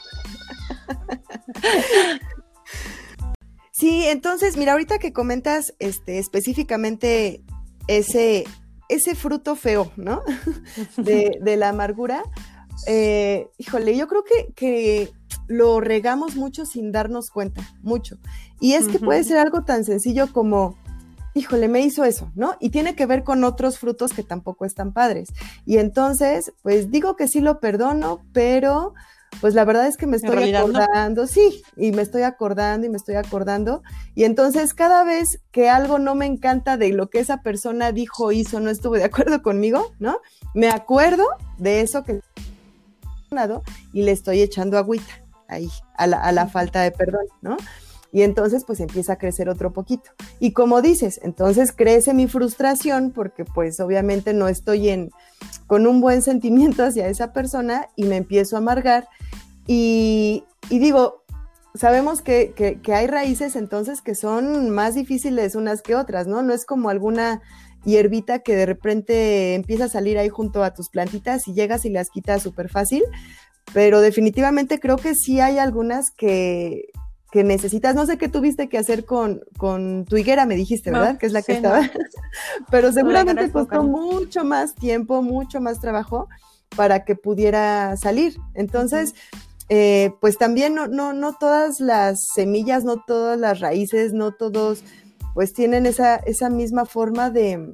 Sí, entonces, mira, ahorita que comentas este, específicamente ese, ese fruto feo, ¿no? De, de la amargura, eh, híjole, yo creo que, que lo regamos mucho sin darnos cuenta, mucho. Y es que uh-huh. puede ser algo tan sencillo como, híjole, me hizo eso, ¿no? Y tiene que ver con otros frutos que tampoco están padres. Y entonces, pues digo que sí lo perdono, pero pues la verdad es que me estoy acordando, no. sí, y me estoy acordando y me estoy acordando. Y entonces cada vez que algo no me encanta de lo que esa persona dijo, hizo, no estuvo de acuerdo conmigo, ¿no? Me acuerdo de eso que y le estoy echando agüita ahí, a la, a la falta de perdón, ¿no? Y entonces pues empieza a crecer otro poquito. Y como dices, entonces crece mi frustración porque pues obviamente no estoy en, con un buen sentimiento hacia esa persona y me empiezo a amargar y, y digo, sabemos que, que, que hay raíces entonces que son más difíciles unas que otras, ¿no? No es como alguna hierbita que de repente empieza a salir ahí junto a tus plantitas y llegas y las quitas súper fácil, pero definitivamente creo que sí hay algunas que, que necesitas, no sé qué tuviste que hacer con, con tu higuera, me dijiste, ¿verdad? No, que es la que sí, estaba, no. Pero seguramente costó mucho más tiempo, mucho más trabajo para que pudiera salir. Entonces, uh-huh. eh, pues también no, no, no todas las semillas, no todas las raíces, no todos, pues tienen esa, esa misma forma de,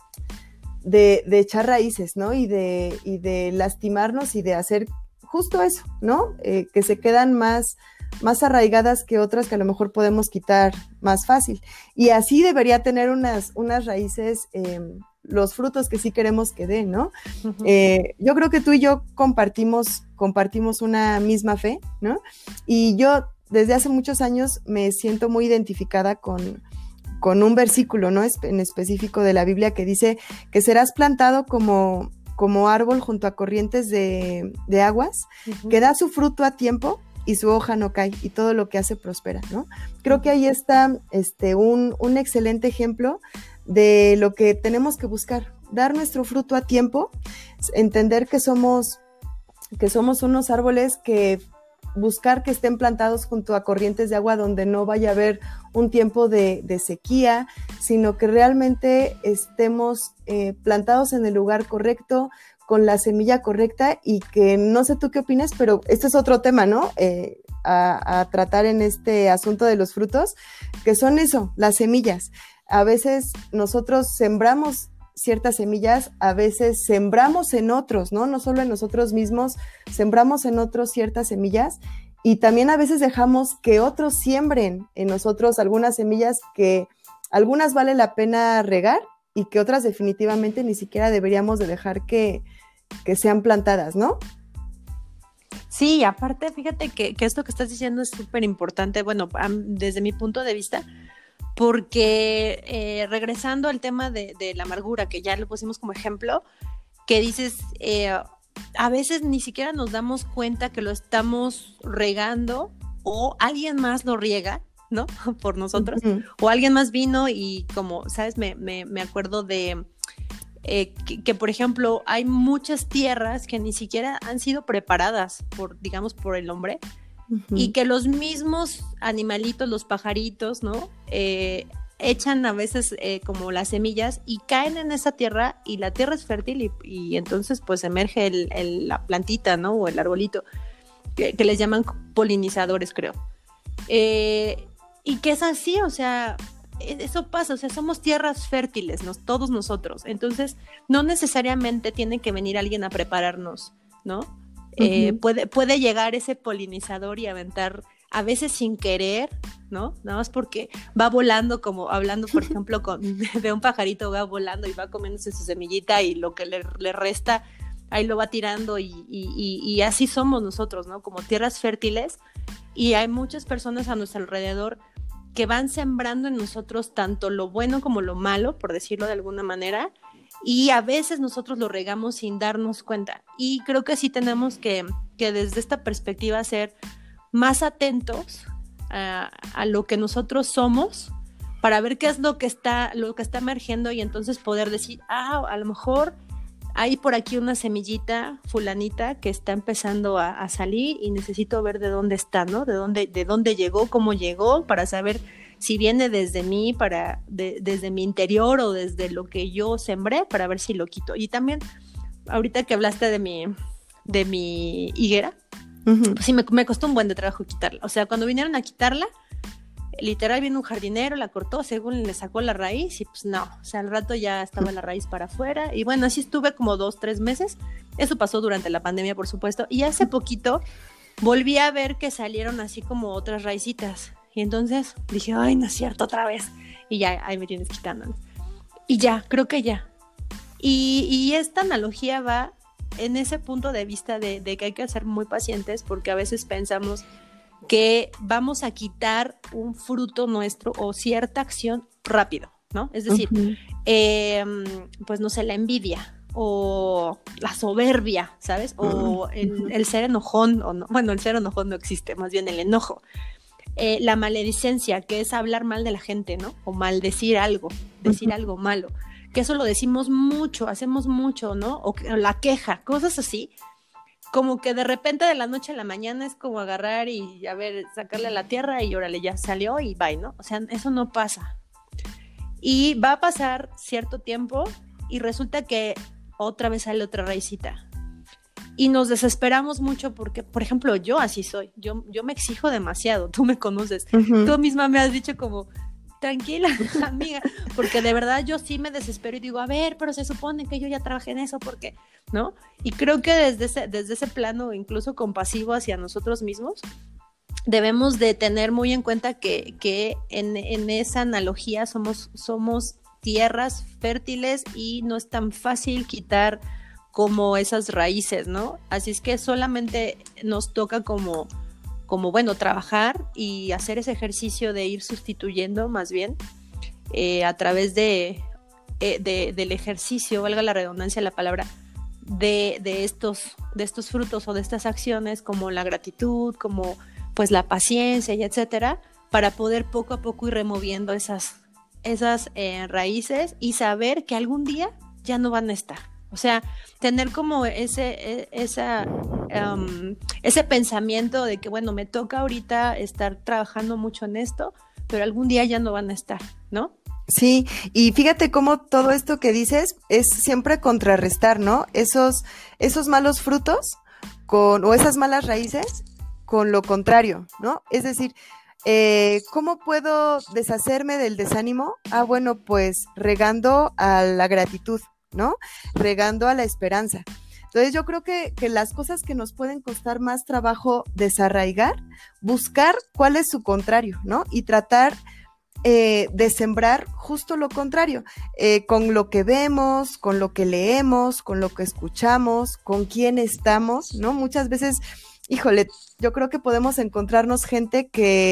de, de echar raíces, ¿no? Y de, y de lastimarnos y de hacer justo eso, ¿no? Eh, que se quedan más, más arraigadas que otras que a lo mejor podemos quitar más fácil. Y así debería tener unas, unas raíces, eh, los frutos que sí queremos que den, ¿no? Uh-huh. Eh, yo creo que tú y yo compartimos, compartimos una misma fe, ¿no? Y yo desde hace muchos años me siento muy identificada con, con un versículo, ¿no? En específico de la Biblia que dice que serás plantado como, como árbol junto a corrientes de, de aguas, uh-huh. que da su fruto a tiempo y su hoja no cae, y todo lo que hace prospera, ¿no? Creo que ahí está este, un, un excelente ejemplo de lo que tenemos que buscar, dar nuestro fruto a tiempo, entender que somos, que somos unos árboles que buscar que estén plantados junto a corrientes de agua donde no vaya a haber un tiempo de, de sequía, sino que realmente estemos eh, plantados en el lugar correcto, con la semilla correcta, y que no sé tú qué opinas, pero este es otro tema, ¿no? Eh, a, a tratar en este asunto de los frutos, que son eso, las semillas. A veces nosotros sembramos ciertas semillas, a veces sembramos en otros, ¿no? No solo en nosotros mismos, sembramos en otros ciertas semillas, y también a veces dejamos que otros siembren en nosotros algunas semillas que algunas vale la pena regar y que otras definitivamente ni siquiera deberíamos de dejar que, que sean plantadas, ¿no? Sí, aparte, fíjate que, que esto que estás diciendo es súper importante, bueno, desde mi punto de vista, porque eh, regresando al tema de, de la amargura, que ya lo pusimos como ejemplo, que dices, eh, a veces ni siquiera nos damos cuenta que lo estamos regando o alguien más lo riega, ¿no? Por nosotros, uh-huh. o alguien más vino y como, ¿sabes? Me, me, me acuerdo de eh, que, que, por ejemplo, hay muchas tierras que ni siquiera han sido preparadas por, digamos, por el hombre, uh-huh. y que los mismos animalitos, los pajaritos, ¿no? Eh, echan a veces eh, como las semillas y caen en esa tierra y la tierra es fértil y, y entonces pues emerge el, el, la plantita, ¿no? O el arbolito, que, que les llaman polinizadores, creo. Eh, y que es así, o sea, eso pasa, o sea, somos tierras fértiles, ¿no? Todos nosotros. Entonces, no necesariamente tiene que venir alguien a prepararnos, ¿no? Uh-huh. Eh, puede, puede llegar ese polinizador y aventar, a veces sin querer, ¿no? Nada más porque va volando, como hablando, por ejemplo, con, de un pajarito, va volando y va comiéndose su semillita y lo que le, le resta, ahí lo va tirando y, y, y, y así somos nosotros, ¿no? Como tierras fértiles, y hay muchas personas a nuestro alrededor que van sembrando en nosotros tanto lo bueno como lo malo, por decirlo de alguna manera, y a veces nosotros lo regamos sin darnos cuenta. Y creo que sí tenemos que, que desde esta perspectiva ser más atentos a, a lo que nosotros somos para ver qué es lo que está, lo que está emergiendo, y entonces poder decir, ah, a lo mejor hay por aquí una semillita fulanita que está empezando a, a salir y necesito ver de dónde está, ¿no? De dónde, de dónde llegó, cómo llegó, para saber si viene desde mí, para, de, desde mi interior o desde lo que yo sembré, para ver si lo quito. Y también, ahorita que hablaste de mi, de mi higuera, uh-huh. pues sí, me, me costó un buen de trabajo quitarla. O sea, cuando vinieron a quitarla, literal vino un jardinero, la cortó, según le sacó la raíz, y pues no, o sea, al rato ya estaba la raíz para afuera, y bueno, así estuve como dos, tres meses. Eso pasó durante la pandemia, por supuesto, y hace poquito volví a ver que salieron así como otras raicitas, y entonces dije, ay, no es cierto, otra vez, y ya, ahí me tienes quitándolas, y ya, creo que ya, y, y esta analogía va en ese punto de vista de, de que hay que ser muy pacientes, porque a veces pensamos que vamos a quitar un fruto nuestro o cierta acción rápido, ¿no? Es decir, uh-huh. eh, pues no sé, la envidia o la soberbia, ¿sabes? O el, el ser enojón, o no, bueno, el ser enojón no existe, más bien el enojo. Eh, la maledicencia, que es hablar mal de la gente, ¿no? O maldecir algo, decir uh-huh. algo malo, que eso lo decimos mucho, hacemos mucho, ¿no? O, o la queja, cosas así, como que de repente de la noche a la mañana es como agarrar y, a ver, sacarle a la tierra y órale, ya salió y bye, ¿no? O sea, eso no pasa. Y va a pasar cierto tiempo y resulta que otra vez sale otra raicita. Y nos desesperamos mucho porque, por ejemplo, yo así soy, yo, yo me exijo demasiado, tú me conoces, uh-huh. tú misma me has dicho como, tranquila, amiga, porque de verdad yo sí me desespero y digo, a ver, pero se supone que yo ya trabajé en eso, ¿por qué? ¿No? Y creo que desde ese, desde ese plano, incluso compasivo hacia nosotros mismos, debemos de tener muy en cuenta que, que en, en esa analogía somos, somos tierras fértiles y no es tan fácil quitar como esas raíces, ¿no? Así es que solamente nos toca como, como bueno, trabajar y hacer ese ejercicio de ir sustituyendo más bien eh, a través de, eh, de, del ejercicio, valga la redundancia de la palabra, de, de, estos, de estos frutos o de estas acciones como la gratitud, como pues la paciencia y etcétera, para poder poco a poco ir removiendo esas, esas eh, raíces y saber que algún día ya no van a estar. O sea, tener como ese, esa, um, ese pensamiento de que, bueno, me toca ahorita estar trabajando mucho en esto, pero algún día ya no van a estar, ¿no? Sí, y fíjate cómo todo esto que dices es siempre contrarrestar, ¿no? Esos, esos malos frutos con, o esas malas raíces con lo contrario, ¿no? Es decir, eh, ¿cómo puedo deshacerme del desánimo? Ah, bueno, pues regando a la gratitud, ¿no? Regando a la esperanza. Entonces yo creo que, que las cosas que nos pueden costar más trabajo desarraigar, buscar cuál es su contrario, ¿no? Y tratar eh, de sembrar justo lo contrario, eh, con lo que vemos, con lo que leemos, con lo que escuchamos, con quién estamos, ¿no? Muchas veces, híjole, yo creo que podemos encontrarnos gente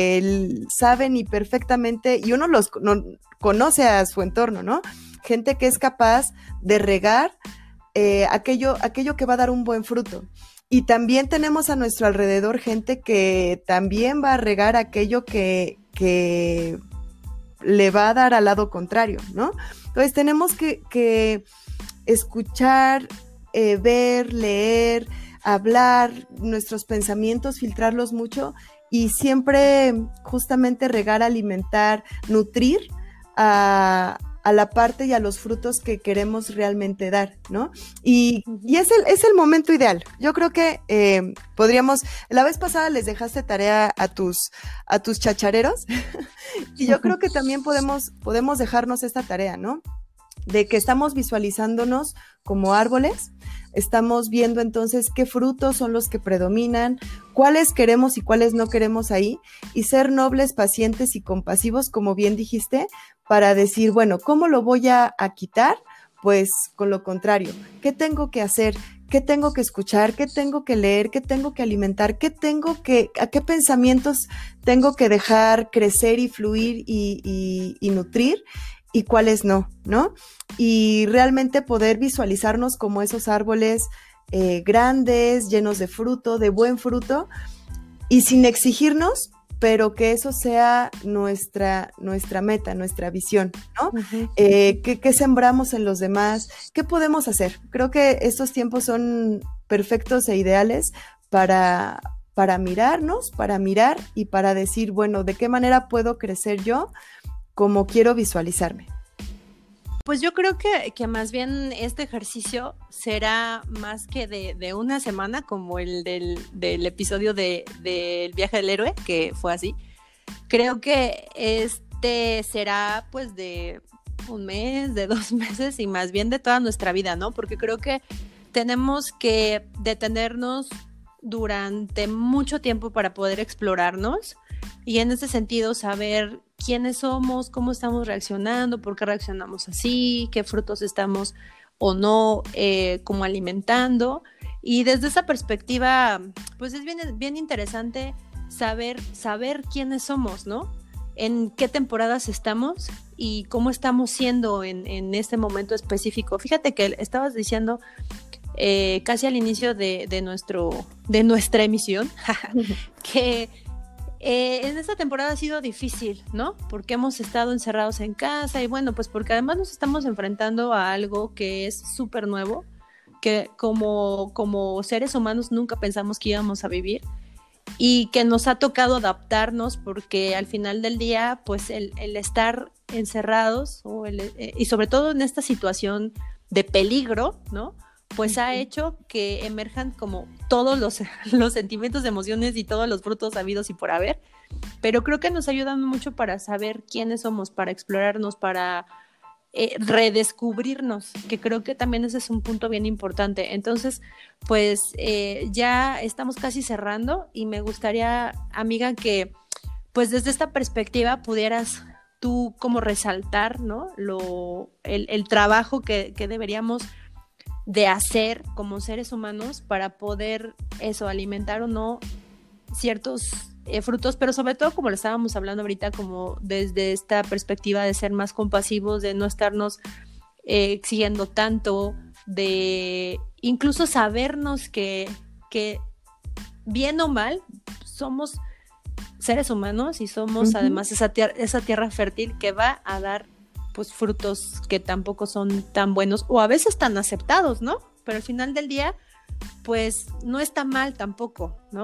que saben y perfectamente, y uno los no, conoce a su entorno, ¿no? Gente que es capaz de regar eh, aquello, aquello que va a dar un buen fruto. Y también tenemos a nuestro alrededor gente que también va a regar aquello que, que le va a dar al lado contrario, ¿no? Entonces tenemos que, que escuchar, eh, ver, leer, hablar, nuestros pensamientos, filtrarlos mucho y siempre justamente regar, alimentar, nutrir a... a la parte y a los frutos que queremos realmente dar, ¿no? Y, y es, el, es el momento ideal. Yo creo que eh, podríamos, la vez pasada les dejaste tarea a tus, a tus chachareros y yo creo que también podemos, podemos dejarnos esta tarea, ¿no? De que estamos visualizándonos como árboles, estamos viendo entonces qué frutos son los que predominan, cuáles queremos y cuáles no queremos ahí, y ser nobles, pacientes y compasivos, como bien dijiste, para decir, bueno, ¿cómo lo voy a, a quitar? Pues con lo contrario, ¿qué tengo que hacer? ¿Qué tengo que escuchar? ¿Qué tengo que leer? ¿Qué tengo que alimentar? ¿Qué tengo que, a qué pensamientos tengo que dejar crecer y fluir y, y, y nutrir? Y cuáles no, ¿no? Y realmente poder visualizarnos como esos árboles eh, grandes, llenos de fruto, de buen fruto, y sin exigirnos, pero que eso sea nuestra, nuestra meta, nuestra visión, ¿no? Uh-huh. Eh, ¿qué, ¿Qué sembramos en los demás? ¿Qué podemos hacer? Creo que estos tiempos son perfectos e ideales para, para mirarnos, para mirar y para decir, bueno, ¿de qué manera puedo crecer yo como quiero visualizarme? Pues yo creo que, que más bien este ejercicio será más que de, de una semana, como el del, del episodio de, del viaje del héroe, que fue así. Creo que este será pues de un mes, de dos meses y más bien de toda nuestra vida, ¿no? Porque creo que tenemos que detenernos durante mucho tiempo para poder explorarnos y en ese sentido saber quiénes somos, cómo estamos reaccionando, por qué reaccionamos así, qué frutos estamos o no eh, como alimentando. Y desde esa perspectiva, pues es bien, bien interesante saber, saber quiénes somos, ¿no? En qué temporadas estamos y cómo estamos siendo en, en este momento específico. Fíjate que estabas diciendo eh, casi al inicio de, de, nuestro, de nuestra emisión que eh, en esta temporada ha sido difícil, ¿no? Porque hemos estado encerrados en casa y bueno, pues porque además nos estamos enfrentando a algo que es súper nuevo, que como, como seres humanos nunca pensamos que íbamos a vivir y que nos ha tocado adaptarnos porque al final del día, pues el, el estar encerrados o el, eh, y sobre todo en esta situación de peligro, ¿no? Pues ha hecho que emerjan como todos los, los sentimientos, emociones y todos los frutos habidos y por haber, pero creo que nos ayudan mucho para saber quiénes somos, para explorarnos, para eh, redescubrirnos, que creo que también ese es un punto bien importante. Entonces, pues eh, ya estamos casi cerrando y me gustaría, amiga, que pues desde esta perspectiva pudieras tú como resaltar, ¿no? Lo, el, el trabajo que, que deberíamos de hacer como seres humanos para poder eso, alimentar o no ciertos eh, frutos, pero sobre todo como lo estábamos hablando ahorita, como desde esta perspectiva de ser más compasivos, de no estarnos eh, exigiendo tanto, de incluso sabernos que, que bien o mal somos seres humanos y somos uh-huh. además esa, tier- esa tierra fértil que va a dar pues frutos que tampoco son tan buenos o a veces tan aceptados, ¿no? Pero al final del día, pues no está mal tampoco, ¿no?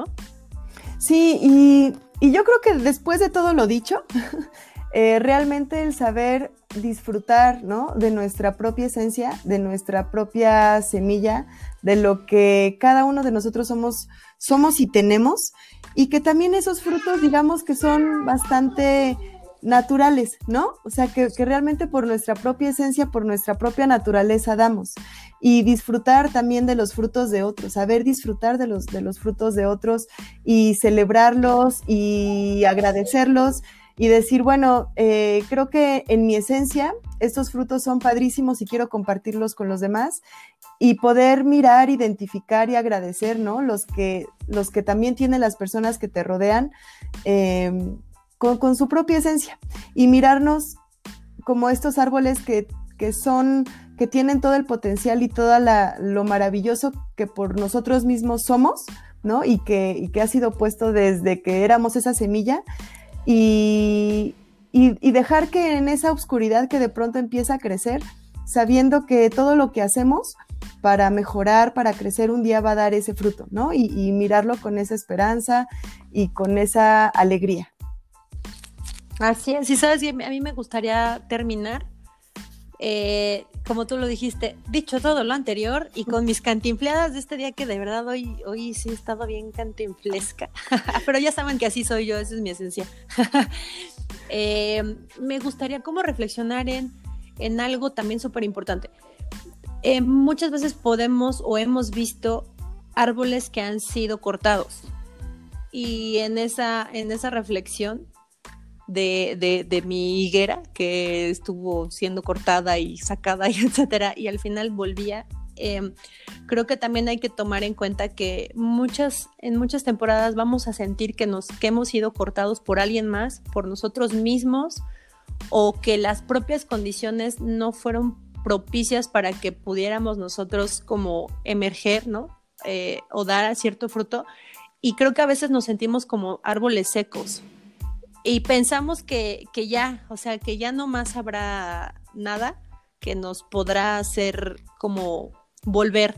Sí, y, y yo creo que después de todo lo dicho, eh, realmente el saber disfrutar, ¿no? De nuestra propia esencia, de nuestra propia semilla, de lo que cada uno de nosotros somos, somos y tenemos, y que también esos frutos, digamos que son bastante naturales, ¿no? O sea, que, que realmente por nuestra propia esencia, por nuestra propia naturaleza damos. Y disfrutar también de los frutos de otros, saber disfrutar de los, de los frutos de otros y celebrarlos y agradecerlos y decir, bueno, eh, creo que en mi esencia estos frutos son padrísimos y quiero compartirlos con los demás y poder mirar, identificar y agradecer, ¿no? Los que, los que también tienen las personas que te rodean, eh, Con, con su propia esencia y mirarnos como estos árboles que, que son, que tienen todo el potencial y todo lo maravilloso que por nosotros mismos somos, ¿no? Y que, y que ha sido puesto desde que éramos esa semilla y, y, y dejar que en esa oscuridad que de pronto empieza a crecer, sabiendo que todo lo que hacemos para mejorar, para crecer un día va a dar ese fruto, ¿no? Y, y mirarlo con esa esperanza y con esa alegría. Así es, y sabes, a mí me gustaría terminar, eh, como tú lo dijiste, dicho todo lo anterior y con mis cantinfleadas de este día que de verdad hoy, hoy sí he estado bien cantinflesca, pero ya saben que así soy yo, esa es mi esencia. eh, me gustaría como reflexionar en, en algo también súper importante. Eh, muchas veces podemos o hemos visto árboles que han sido cortados y en esa, en esa reflexión De, de, de mi higuera que estuvo siendo cortada y sacada y etcétera y al final volvía, eh, creo que también hay que tomar en cuenta que muchas, en muchas temporadas vamos a sentir que, nos, que hemos sido cortados por alguien más, por nosotros mismos o que las propias condiciones no fueron propicias para que pudiéramos nosotros como emerger, ¿no? Eh, o dar cierto fruto y creo que a veces nos sentimos como árboles secos y pensamos que, que ya, o sea, que ya no más habrá nada que nos podrá hacer como volver.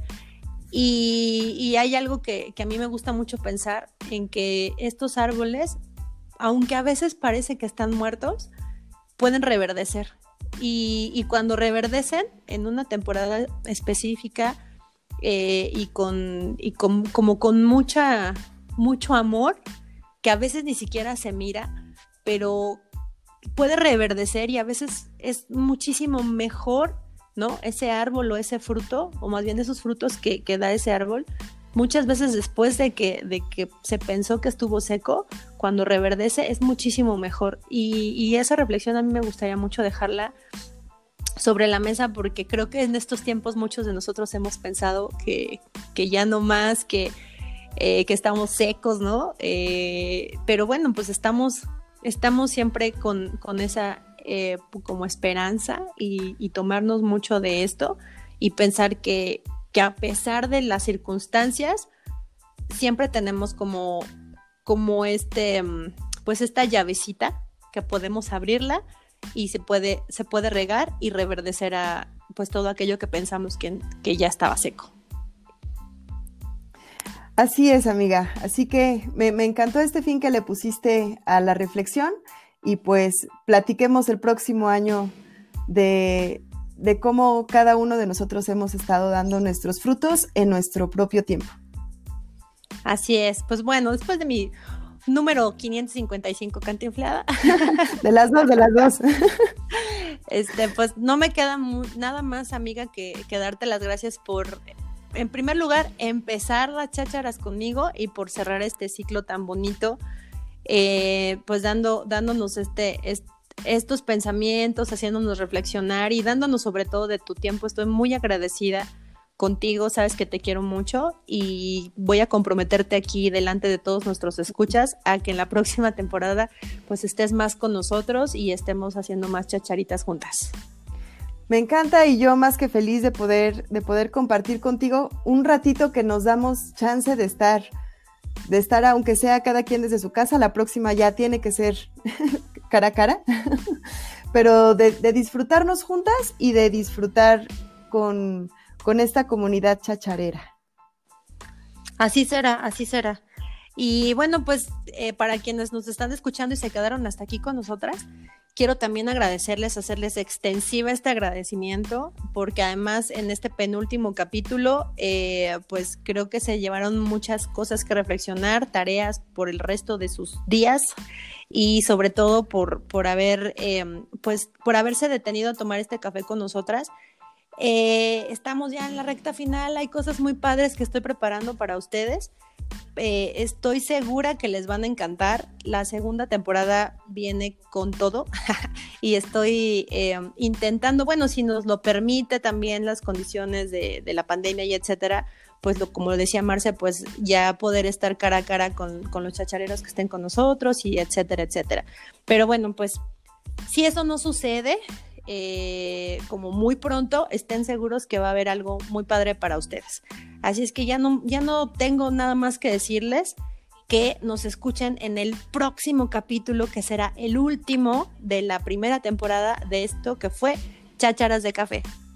Y, y hay algo que, que a mí me gusta mucho pensar, en que estos árboles, aunque a veces parece que están muertos, pueden reverdecer. Y, y cuando reverdecen en una temporada específica eh, y, con, y con, como con mucha, mucho amor, que a veces ni siquiera se mira, pero puede reverdecer y a veces es muchísimo mejor, ¿no? Ese árbol o ese fruto, o más bien esos frutos que, que da ese árbol, muchas veces después de que, de que se pensó que estuvo seco, cuando reverdece es muchísimo mejor. Y, y esa reflexión a mí me gustaría mucho dejarla sobre la mesa, porque creo que en estos tiempos muchos de nosotros hemos pensado que, que ya no más, que, eh, que estamos secos, ¿no? Eh, pero bueno, pues estamos, estamos siempre con, con esa eh, como esperanza y, y tomarnos mucho de esto y pensar que, que a pesar de las circunstancias, siempre tenemos como, como este, pues esta llavecita que podemos abrirla y se puede, se puede regar y reverdecer a pues todo aquello que pensamos que, que ya estaba seco. Así es, amiga. Así que me, me encantó este fin que le pusiste a la reflexión y pues platiquemos el próximo año de, de cómo cada uno de nosotros hemos estado dando nuestros frutos en nuestro propio tiempo. Así es. Pues bueno, después de mi número quinientos cincuenta y cinco cantinflada. De las dos, de las dos. Este, pues no me queda muy, nada más, amiga, que, que darte las gracias por, en primer lugar, empezar las chácharas conmigo y por cerrar este ciclo tan bonito, eh, pues dando, dándonos este, este, estos pensamientos, haciéndonos reflexionar y dándonos sobre todo de tu tiempo. Estoy muy agradecida contigo, sabes que te quiero mucho y voy a comprometerte aquí delante de todos nuestros escuchas a que en la próxima temporada pues estés más con nosotros y estemos haciendo más chacharitas juntas. Me encanta y yo más que feliz de poder, de poder compartir contigo un ratito que nos damos chance de estar, de estar aunque sea cada quien desde su casa. La próxima ya tiene que ser cara a cara, pero de, de disfrutarnos juntas y de disfrutar con con esta comunidad chacharera. Así será, así será. Y bueno, pues eh, para quienes nos están escuchando y se quedaron hasta aquí con nosotras, quiero también agradecerles, hacerles extensiva este agradecimiento, porque además en este penúltimo capítulo, eh, pues creo que se llevaron muchas cosas que reflexionar, tareas por el resto de sus días y sobre todo por, por haber, eh, pues por haberse detenido a tomar este café con nosotras. Eh, estamos ya en la recta final, hay cosas muy padres que estoy preparando para ustedes, eh, estoy segura que les van a encantar. La segunda temporada viene con todo y estoy eh, intentando, bueno, si nos lo permite también las condiciones de, de la pandemia y etcétera, pues lo, como lo decía Marce, pues ya poder estar cara a cara con, con los chachareros que estén con nosotros y etcétera, etcétera. Pero bueno, pues si eso no sucede, Eh, como muy pronto, estén seguros que va a haber algo muy padre para ustedes. Así es que ya no, ya no tengo nada más que decirles, que nos escuchen en el próximo capítulo, que será el último de la primera temporada de esto que fue Chácharas de Café.